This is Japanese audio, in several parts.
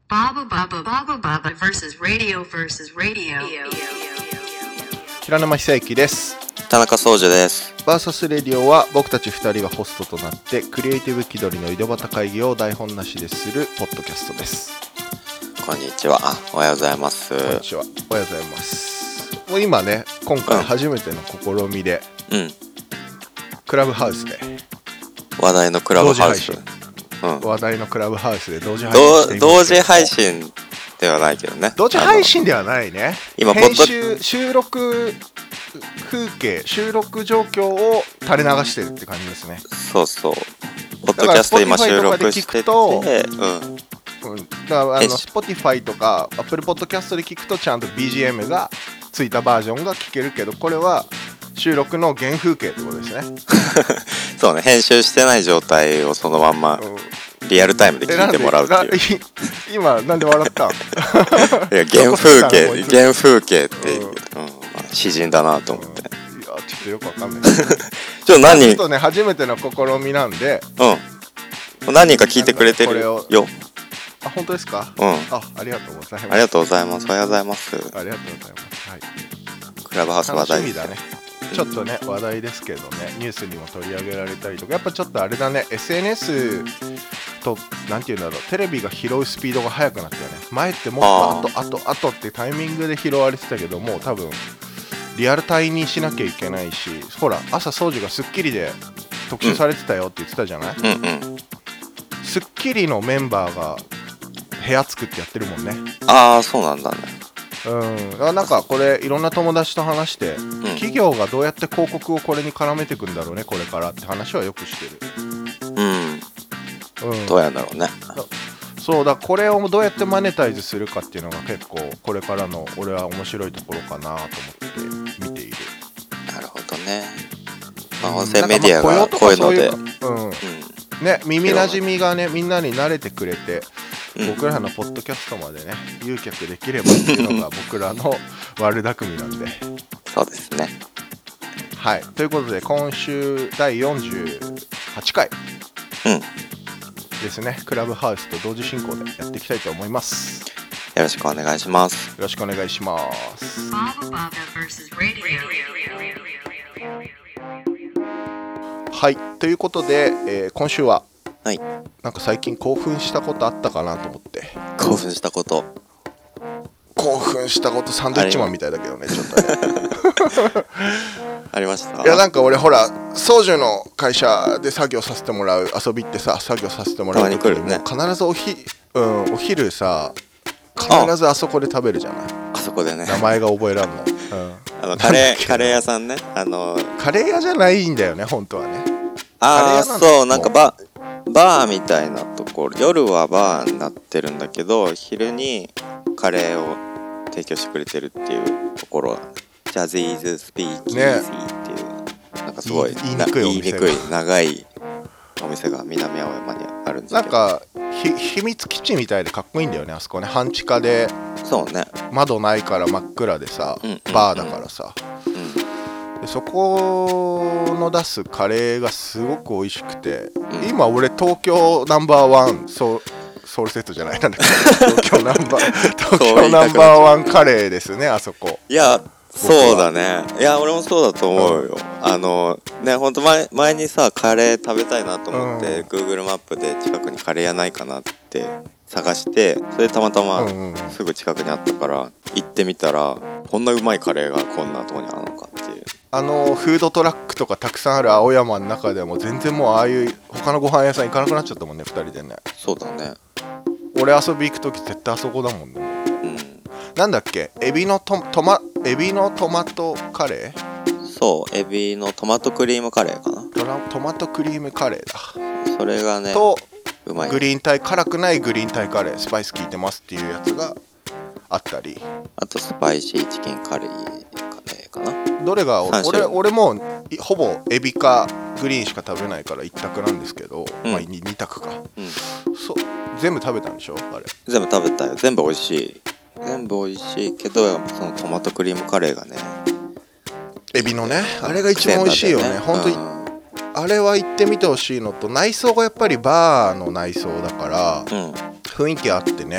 Baba Baba Baba Baba versus Radio versus Radio。 平沼久之です。 田中総司です。 バーサスレディオは僕たち2人がホストとなってクリエイティブ気取りの井戸端会議を台本なしでするポッドキャストです。 こんにちは。おはようございます。 こんにちは。おはようございます。もう今ね、今回初めての試みで、クラブハウスで話題のクラブハウス、 話題のクラブハウスで同時配信しています。 同時配信ではないけどね。 同時配信ではないね。 今編集収録風景、収録状況を垂れ流してるって感じですね。 そうそう。ポッドキャスト今収録してて、だから Spotify とか Apple Podcast で聞くとちゃんと BGM がついたバージョンが聞けるけど、これは収録の原風景ってことですね。 そうね、編集してない状態をそのまんまリアルタイムで聞いてもらうっていう。 今なんで笑ったん？いや原風景っていう、詩人だなと思って。 いやちょっとよくわかんない。 ちょっとね、初めての試みなんで、 何人か聞いてくれてるよ。 あ、本当ですか？ありがとうございます。 ありがとうございます。おはようございます。 ありがとうございます。はい。 クラブハウス話題楽しみだね。ちょっとね、話題ですけどね、ニュースにも取り上げられたりとか、やっぱちょっとあれだね、SNS となんていうんだろう、テレビが拾うスピードが速くなったよね。前ってもっと後ってタイミングで拾われてたけども、多分リアルタイにしなきゃいけないし、ほら朝掃除がスッキリで特集されてたよって言ってたじゃない？スッキリのメンバーが部屋作ってやってるもんね。 そうなんだね。 なんかこれいろんな友達と話して、企業がどうやって広告をこれに絡めていくんだろうねこれからって話はよくしてる。 どうやんだろうね。 そうだ、これをどうやってマネタイズするかっていうのが結構これからの俺は面白いところかなと思って見ている。なるほどね。音声メディアがこういうのでね、耳なじみがねみんなに慣れてくれて、僕らのポッドキャストまでね誘客できればっていうのが僕らの悪巧みなんで。 そうですね。 はい、ということで今週第48回ですね、クラブハウスと同時進行でやっていきたいと思います。 よろしくお願いします。 よろしくお願いします。はい、ということで、今週は、なんか最近興奮したことあったかなと思って。 興奮したことサンドイッチマンみたいだけどね、ちょっとねありました。 いやなんか俺ほら操縦の会社で作業させてもらう、遊びってさ作業させてもらう時にも必ずお昼さ必ずあそこで食べるじゃない。 あそこでね、 名前が覚えらんない、 カレー屋さんね。 カレー屋じゃないんだよね本当はね。 そう、なんかバーみたいなところ、夜はバーになってるんだけど昼にカレーを提供してくれてるっていうところ、ジャズイズスピーキーズっていう、なんかすごい言いにくい長いお店が南青山にあるんですけど、 なんか秘密基地みたいでかっこいいんだよねあそこね。半地下で、 そうね、 窓ないから真っ暗でさ、バーだからさ、でそこの出すカレーがすごく美味しくて、今俺東京ナンバーワンソウルセットじゃないなんだっけ東京ナンバーワンカレーですねあそこ。 いやそうだね。いや俺もそうだと思うよ。ね、ほんと前にさカレー食べたいなと思って、Google マップで近くにカレー屋ないかなって探して、それでたまたますぐ近くにあったから行ってみたら、こんなうまいカレーがこんなとこにあるのかっていう。 フードトラックとかたくさんある青山の中でも全然もうああいう他のご飯屋さん行かなくなっちゃったもんね2人でね。 そうだね。 俺遊び行くとき絶対あそこだもんね。なんだっけ、エビのトマトカレー？ そう、エビのトマトクリームカレーかな。 トマトクリームカレーだ。 それがね、 とうまい。 辛くないグリーンタイカレー、スパイス効いてますっていうやつがあったり、 あとスパイシーチキンカレーかな。 どれが俺もほぼエビかグリーンしか食べないから一択なんですけど、二択か、全部食べたんでしょあれ。 全部食べたよ。全部美味しいけど、そのトマトクリームカレーがね、 エビのね、あれが一番美味しいよね本当に。あれは行ってみてほしいのと、内装がやっぱりバーの内装だから、雰囲気あってね、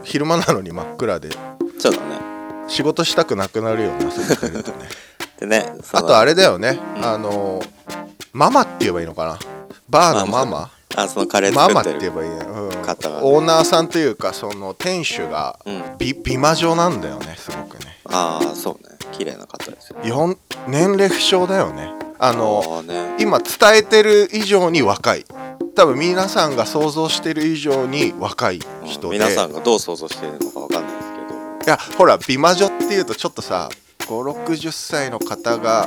昼間なのに真っ暗でそうだね。 仕事したくなくなるよね、そこ出るとね。 でね、 あとあれだよね、ママって言えばいいのかな、バーのママ、 そのカレーママって作ってる言えばいいね、 方がね、 オーナーさんというかその店主が美魔女なんだよね、すごくね。 そうね、綺麗な方ですよ。 年齢不詳だよね。 ね、 今伝えてる以上に若い、多分皆さんが想像してる以上に若い人で、 皆さんがどう想像してるのかわかんないですけど、 いやほら美魔女っていうとちょっとさ5、60歳の方が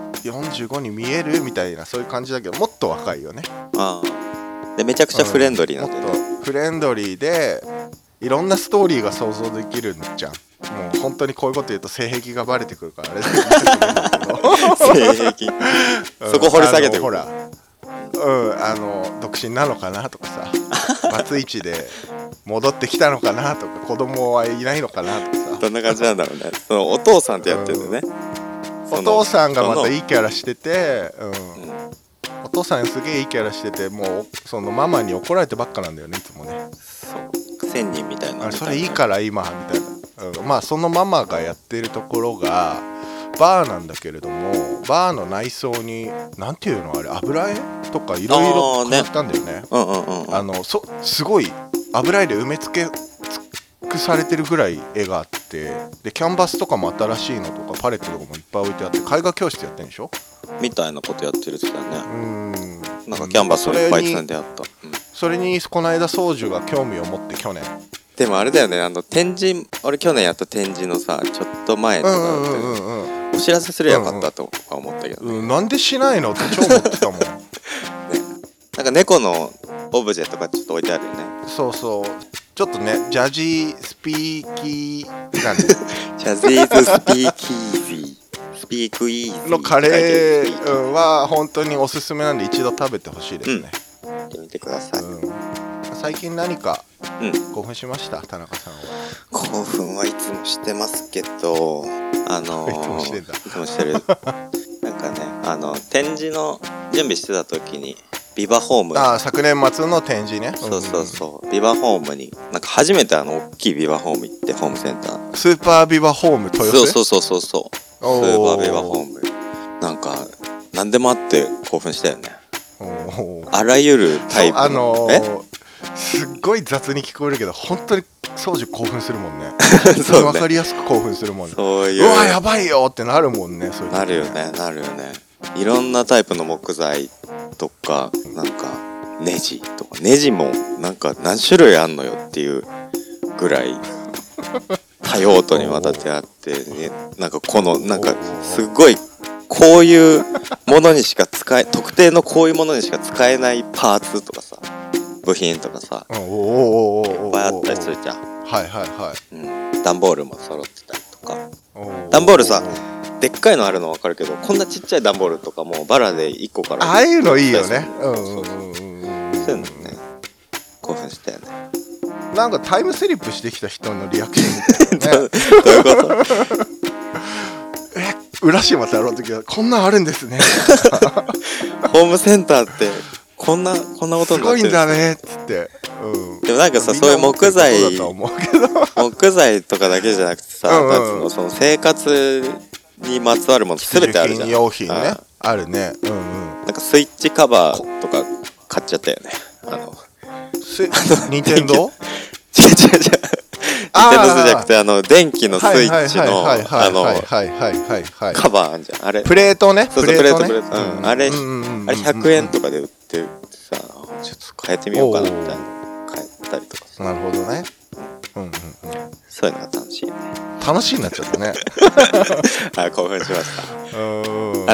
45に見えるみたいなそういう感じだけど、もっと若いよね。 でめちゃくちゃフレンドリーなんだよね、 もっとフレンドリーでいろんなストーリーが想像できるんじゃん。もう本当にこういうこと言うと性癖がバレてくるからあれだけど性癖そこ掘り下げてくる。 ほら独身なのかなとかさバツイチで戻ってきたのかなとか子供はいないのかなとかさ、 どんな感じなんだろうね。そのお父さんってやってるんだよね、 お父さんがまたいいキャラしてて、お父さんすげえいいキャラしてて、もうそのママに怒られてばっかなんだよねいつもね。 そう1000人みたいな、 それいいから今みたいな、まあそのママがやってるところがバーなんだけれども、バーの内装になんていうのあれ、油絵とかいろいろ飾ったんだよね。すごい油絵で埋め尽くされてるぐらい絵があって、でキャンバスとかも新しいのとかパレットとかもいっぱい置いてあって、絵画教室やってるんでしょみたいなことやってる時だね。なんかキャンバスをいっぱい積んであった。 それにこの間宗樹が興味を持って去年。 でもあれだよね、展示、俺去年やった展示のさちょっと前とかお知らせすればよかったとか思ったけどね、 なんでしないのって超思ってたもんね、 なんか猫のオブジェとかちょっと置いてあるよね。 そうそう、ちょっとねジャジースピーキーなんでジャズイズスピーキーズスピークイーズのカレーは本当におすすめなんで一度食べてほしいですね。 やってみてください。 最近何か興奮しました、田中さんは。 興奮はいつもしてますけど、 いつもしてんだ。 いつもしてる。なんかね、展示の準備してた時にビバホーム、 昨年末の展示ね。 そうビバホームになんか初めて大きいビバホーム行って、ホームセンタースーパービバホーム豊洲。 そうスーパービバホーム、なんか何でもあって興奮したよね。あらゆるタイプのすっごい雑に聞こえるけど本当に宗樹興奮するもんね。 そうね、 分かりやすく興奮するもんね。 そういう、 うわやばいよってなるもんね。そういうなるよね。いろんなタイプの木材とか、なんかネジとか、ネジもなんか何種類あんのよっていうぐらい多用途にわたってあって、ね、なんかなんかすごいこういうものにしか特定のこういうものにしか使えないパーツとかさ、部品とかさ、いっぱいあったりするじゃん。段ボールも揃ってたりとか。段ボールさ、でっかいのあるの分かるけど、こんなちっちゃい段ボールとかもバラで1個からああいうのいいよね。 そういうのね、興奮したよね。 なんかタイムスリップしてきた人のリアクションみたいなね。 どういうこと浦島太郎の時はこんなんあるんですね。 ホームセンターってこんなことになってるすごいんだねっつって、 でもなんかさ、そういう木材とかだけじゃなくてさ、その生活にまつわるもの全てあるじゃん。 用品ね、あるね。 なんかスイッチカバーとか買っちゃったよね。 ニンテンドー？ 違う。ニンテンドーじゃなくて電気のスイッチのカバーあんじゃん。あれプレートね。 そうプレート。あれ100円とかで売ってるってさ、ちょっと変えてみようかなみたいな変えたりとかさ。 なるほどね。 そういうのが楽しいね。 楽しいになっちゃったね。 興奮しました。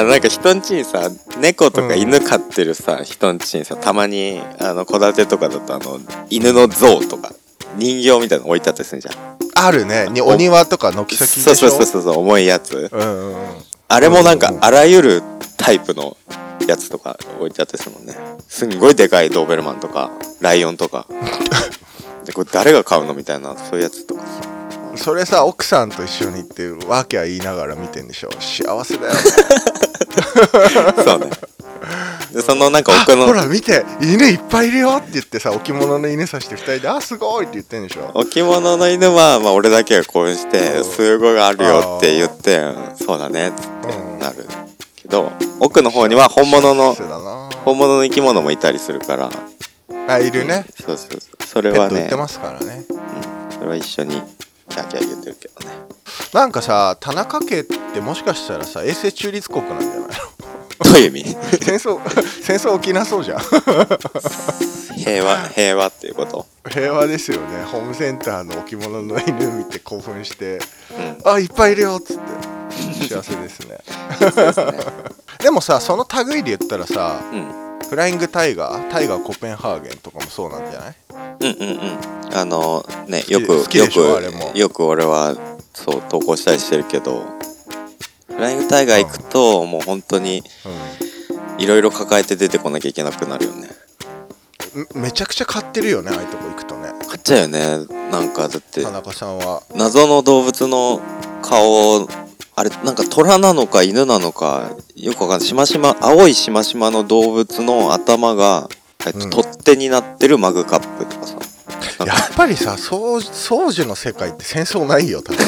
なんか人んちにさ、猫とか犬飼ってるさ、人んちにさ、たまに戸建てとかだと犬の像とか人形みたいなの置いてあったりするじゃん。 あるね。お庭とか軒先でしょ。 そう重いやつ。あれもなんかあらゆるタイプのやつとか置いてあったりするもんね。すんごいでかいドーベルマンとかライオンとかで、これ誰が買うのみたいな、そういうやつとかさ。 それさ、奥さんと一緒に行ってワーキャー言いながら見てんでしょ。幸せだよね。 そうね。 でそのなんか奥のほら見て犬いっぱいいるよって言ってさ、置物の犬さして2人で「あすごい!」って言ってんでしょ。 置物の犬は、まあ、俺だけがこうしてすごいあるよって言ってそうだねっつってなるけど、奥の方には本物の生き物もいたりするから。 あ、いるね。 そうそうそう、それはねペット売ってますからね。 それは一緒にキャーキャー言ってるけどね。 なんかさ、田中家ってもしかしたらさ、永世中立国なんじゃないの？ どういう意味？ 戦争起きなそうじゃん。 平和っていうこと？ 平和ですよね。ホームセンターの置物の犬見て興奮して、あ、いっぱいいるよっつって幸せですね。でもさ、その類で言ったらさ、フライングタイガーコペンハーゲンとかもそうなんじゃない？ ね、よく俺はそう投稿したりしてるけど、フライングタイガー行くともう本当にいろいろ抱えて出てこなきゃいけなくなるよね。 めちゃくちゃ買ってるよね、ああいうとこ行くとね。 買っちゃうよね。なんかだって田中さんは謎の動物の顔、あれなんか虎なのか犬なのかよくわかんない。青いしましまの動物の頭が、取っ手になってるマグカップとかさ。 やっぱりさ、宗樹の世界って戦争ないよ、多分。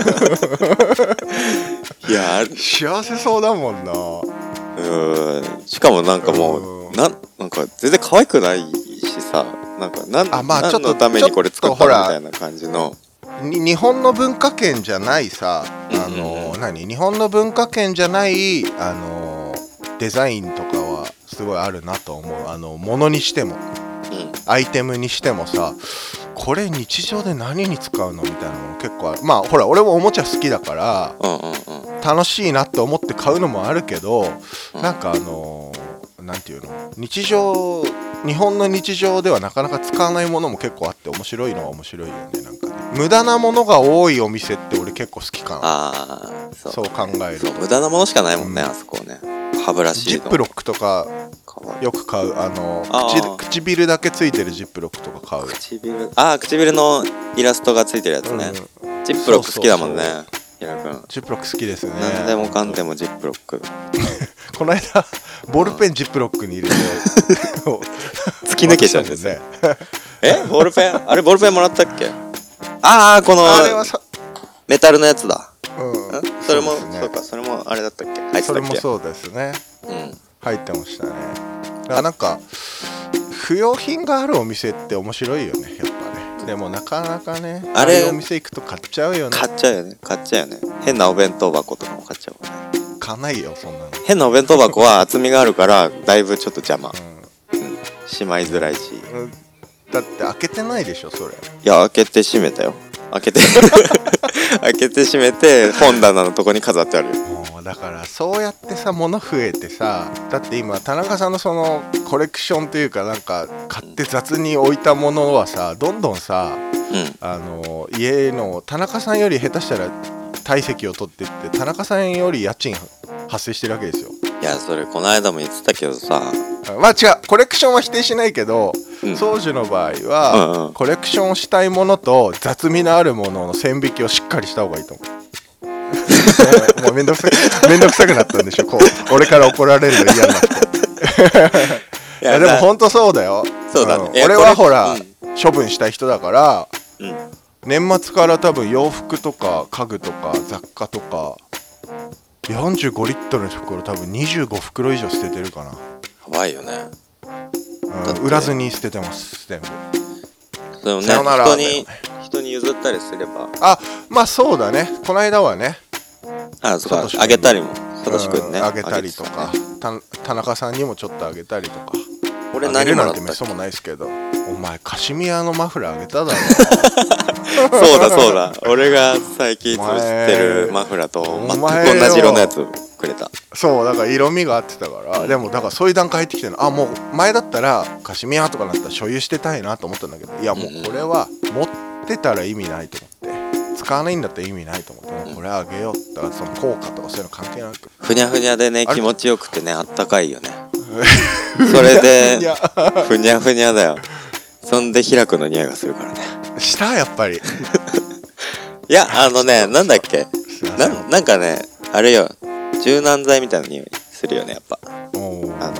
いや、 幸せそうだもんな。 しかもなんかもうなんか全然可愛くないしさ、なんか何のためにこれ作ったのみたいな感じの。 日本の文化圏じゃないさ、日本の文化圏じゃないデザインとかはすごいあるなと思う。物にしても、アイテムにしてもさ、これ日常で何に使うのみたいなのも結構ある。まあほら、俺もおもちゃ好きだから、楽しいなって思って買うのもあるけど、なんかなんていうの、日本の日常ではなかなか使わないものも結構あって面白いのは面白いよね。なんかね、無駄なものが多いお店って俺結構好きかな。そう考えると無駄なものしかないもんね、あそこね。歯ブラシジップロックとかよく買う。唇だけついてるジップロックとか買う。 唇のイラストがついてるやつね。ジップロック好きだもんね。平君ジップロック好きですね。 何でもかんでもジップロック。 この間ボールペンジップロックに入れて突き抜けちゃうんですね。ボールペン、あれボールペンもらったっけ？このメタルのやつだ。それもそうか、それもあれだったっけ？入ってたっけ？ それもそうですね。入ってましたね。だからなんか不要品があるお店って面白いよね、やっぱね。でもなかなかね、あれお店行くと買っちゃうよね。 買っちゃうよね。変なお弁当箱とかも買っちゃうもんね。 買わないよそんなの。 変なお弁当箱は厚みがあるからだいぶちょっと邪魔。しまいづらいし。 だって開けてないでしょそれ。 いや、開けて閉めたよ。開けて閉めて本棚のとこに飾ってあるよ。 もうだからそうやってさ、物増えてさ、だって今田中さんのそのコレクションというか、なんか買って雑に置いたものはさ、どんどんさ、家の田中さんより下手したら体積を取ってって田中さんより家賃発生してるわけですよ。 いや、それこの間も言ってたけどさ、 まあ違う、コレクションは否定しないけど、宗樹の場合は、コレクションしたいものと雑味のあるものの線引きをしっかりした方がいいと思う。もうめんどくさくなったんでしょ、こう俺から怒られるの嫌になって。いやでも本当そうだよ。 そうだね。 俺はほら、処分したい人だから、年末から多分洋服とか家具とか雑貨とか45リットルの袋多分25袋以上捨ててるかな。やばいよね。 売らずに捨ててます全部。 でもね、人に譲ったりすれば。 まあそうだね。この間はね、 そうか、あげたりもサトシ君ね、 あげたりとか、田中さんにもちょっとあげたりとか。 俺何もらったっけ？あげるなんてめっそうもないですけど、お前カシミヤのマフラーあげただろ。 そうだ俺が最近いつも知ってるマフラーと全く同じ色のやつくれた。 そうだから色味が合ってたから、でもだからそういう段階入ってきてるの。もう前だったらカシミヤとかなったら所有してたいなと思ったんだけど、いやもうこれは持ってたら意味ないと思って、使わないんだったら意味ないと思って、もうこれあげよう。だからその効果とかそういうの関係なく、 ふにゃふにゃでね、気持ちよくてね、あったかいよね。それでふにゃふにゃだよ。そんで開くの匂いがするからね。 したやっぱり。 いやなんだっけ、なんかね、あれよ、柔軟剤みたいな匂いするよね、やっぱ。洗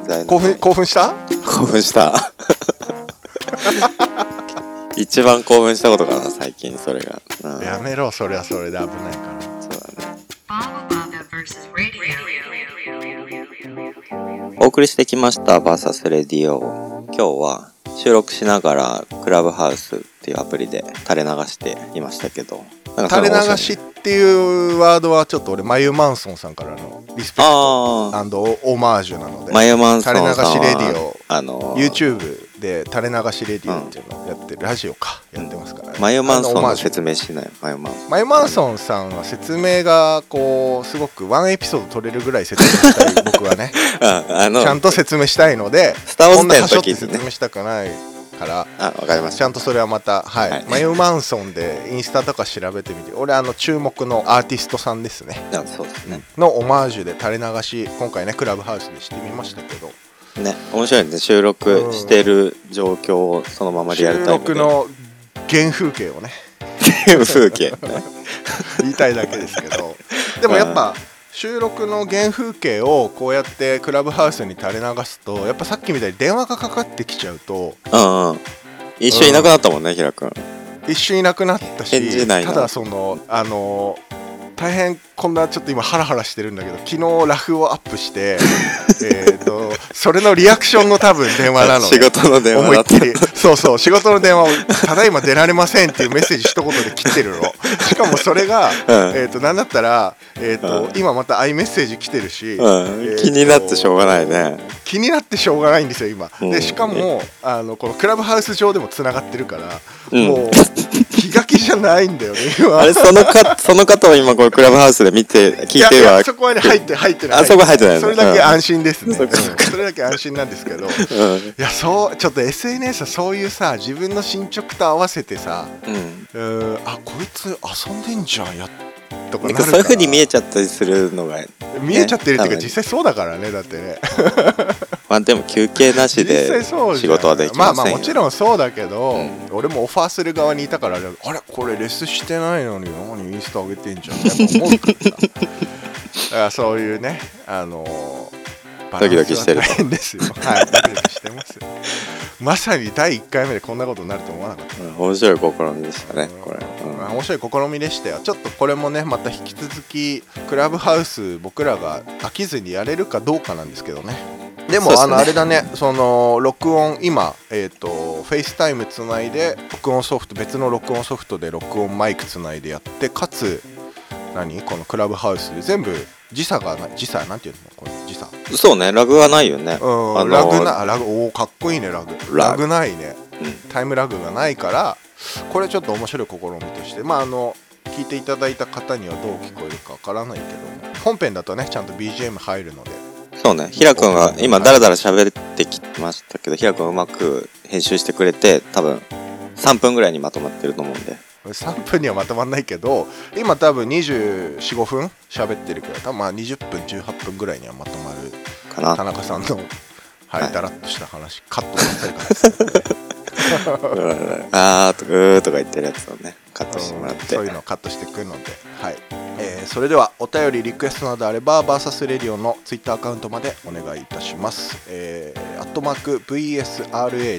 在の興奮した興奮した一番興奮したことかな最近それが、うん、 やめろ、それはそれで危ないから。 そうだね。 Baba Baba versus Radio. お送りしてきましたバーサスレディオ。今日は収録しながらクラブハウスっていうアプリで垂れ流していましたけど、なんか垂れ流しっていうワードはちょっと俺マユマンソンさんからのリスペクトオマージュなので、 マユマンソンさんは垂れ流しレディオ、YouTube で垂れ流しレディオっていうのをやってる、ラジオかやってますからね。 マユマンソンの説明しない。マユマンソンさんは説明がこうすごくワンエピソード取れるぐらい説明したい僕はねちゃんと説明したいので、 スターウォーズこんなはしょって説明したくないからわかりました。 ちゃんとそれはまた、はいはい、マユマンソンでインスタとか調べてみて、俺注目のアーティストさんですね。 そうですね。 のオマージュで垂れ流し、今回ねクラブハウスでしてみましたけどね、面白いね。収録してる状況をそのままリアルタイムで、 収録の原風景をね風景ね言いたいだけですけど、でもやっぱ収録の原風景をこうやってクラブハウスに垂れ流すと、やっぱさっきみたいに電話がかかってきちゃうと、 一瞬いなくなったもんね、ひらくん。 一瞬いなくなったし、 返事ないな。 ただその大変こんなちょっと今ハラハラしてるんだけど、昨日ラフをアップしてそれのリアクションの多分電話なので、 仕事の電話だった。 思いっきりそう仕事の電話をただいま出られませんっていうメッセージ一言で来てるの。しかもそれが、なんだったら、今またアイメッセージ来てるし、 気になってしょうがないね。 気になってしょうがないんですよ今、でしかもこのクラブハウス上でもつながってるから、もう気が気じゃないんだよね今。 あれその方を今このクラブハウスで聞いては、 そこはね入ってない。 あそこ入ってない。 それだけ安心ですね。それだけ安心なんですけど、いやちょっと SNS はそういうさ、自分の進捗と合わせてさ、こいつ遊んでんじゃんやとかなるから、 そういう風に見えちゃったりするのが、 見えちゃってるっていうか実際そうだからね。だってねまあでも休憩なしで仕事はできませんよ。 まあもちろんそうだけど、俺もオファーする側にいたから、あれこれレスしてないのに何インスタ上げてんじゃんって思うからさだからそういうねドキドキしてる。 大変ですよ。はい、ドキドキしてます。まさに第1回目でこんなことになると思わなかった。 面白い試みでしたね、これ。 面白い試みでしたよ。ちょっとこれもね、また引き続きクラブハウス僕らが飽きずにやれるかどうかなんですけどね。でもあれだね、その録音今フェイスタイムつないで録音ソフト、別の録音ソフトで録音マイクつないでやって、かつこのクラブハウスで全部時差がない、時差なんていうの、これ時差、 そうね、ラグがないよね。 ラグおーかっこいいね。ラグないね、タイムラグがないから、これちょっと面白い試みとして、聞いていただいた方にはどう聞こえるかわからないけども、本編だとねちゃんと BGM 入るので。 そうね、ひらくんが今ダラダラ喋ってきましたけど、ひらくんうまく編集してくれて、多分3分ぐらいにまとまってると思うんで。 3分にはまとまんないけど、今多分24、5分喋ってるから、多分20分18分ぐらいにはまとまるかな。田中さんのだらっとした話、カットされたりとかするんであーとかうーとか言ってるやつをねカットしてもらって、 そういうのをカットしていくので、はい。それではお便りリクエストなどあればバーサスレディオのツイッターアカウントまでお願いいたします。@VSRADIO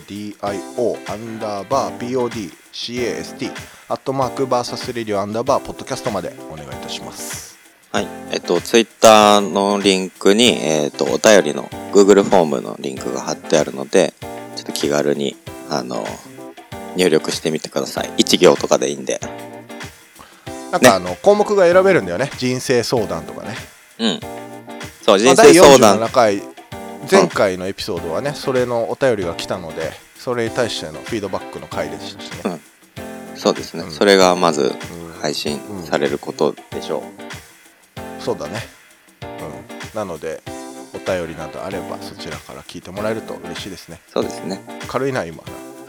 _PODCASTバーサスレディオ&ポッドキャストまでお願いいたします。 はい。ツイッターのリンクにお便りの Google フォームのリンクが貼ってあるので、ちょっと気軽に入力してみてください。1行とかでいいんで。 なんか項目が選べるんだよね。人生相談とかね。 そう、人生相談。 第47回前回のエピソードはね、それのお便りが来たので、それに対してのフィードバックの回でしたしね。 そうですね。それがまず配信されることでしょう。そうだね。なのでお便りなどあればそちらから聞いてもらえると嬉しいですね。 そうですね。 軽いな今。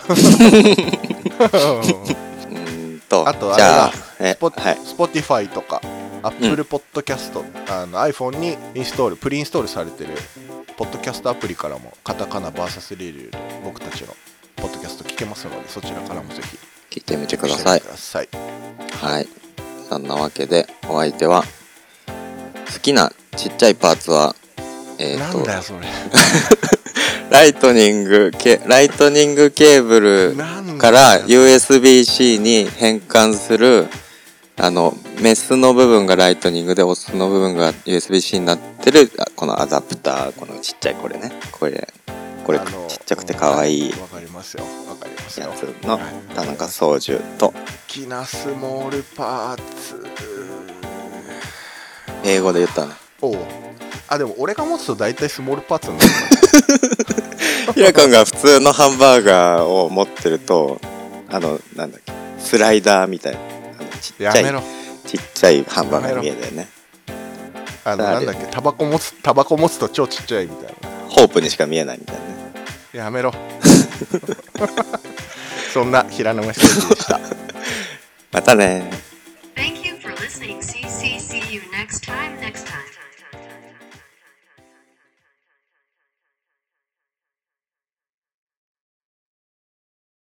あとあれだ、Spotify とか Apple Podcast、iPhone にプリインストールされてるポッドキャストアプリからもカタカナ VS リリューで僕たちのポッドキャスト聞けますので、そちらからもぜひ聞いてみてください。はい。そんなわけでお相手は、好きなちっちゃいパーツはなんだよそれ。 ライトニングケーブルなんだよから USB-C に変換するメスの部分がライトニングでオスの部分が USB-C になってるこのアダプター、このちっちゃいこれね、これちっちゃくて可愛いわかりますよわかりますよ。 やつの田中操縦ときなスモールパーツ。 英語で言ったね。 おう。あ、でも俺が持つと大体スモールパーツになる。 ひらくんが普通のハンバーガーを持ってるとなんだっけ、スライダーみたいなちっやめろ。 ちっちゃいハンバーガーに見えるよね。 なんだっけ、タバコ持つと超ちっちゃいみたいな。 ホープにしか見えないみたいなね。 やめろ。そんな平沼修司でした。 またね。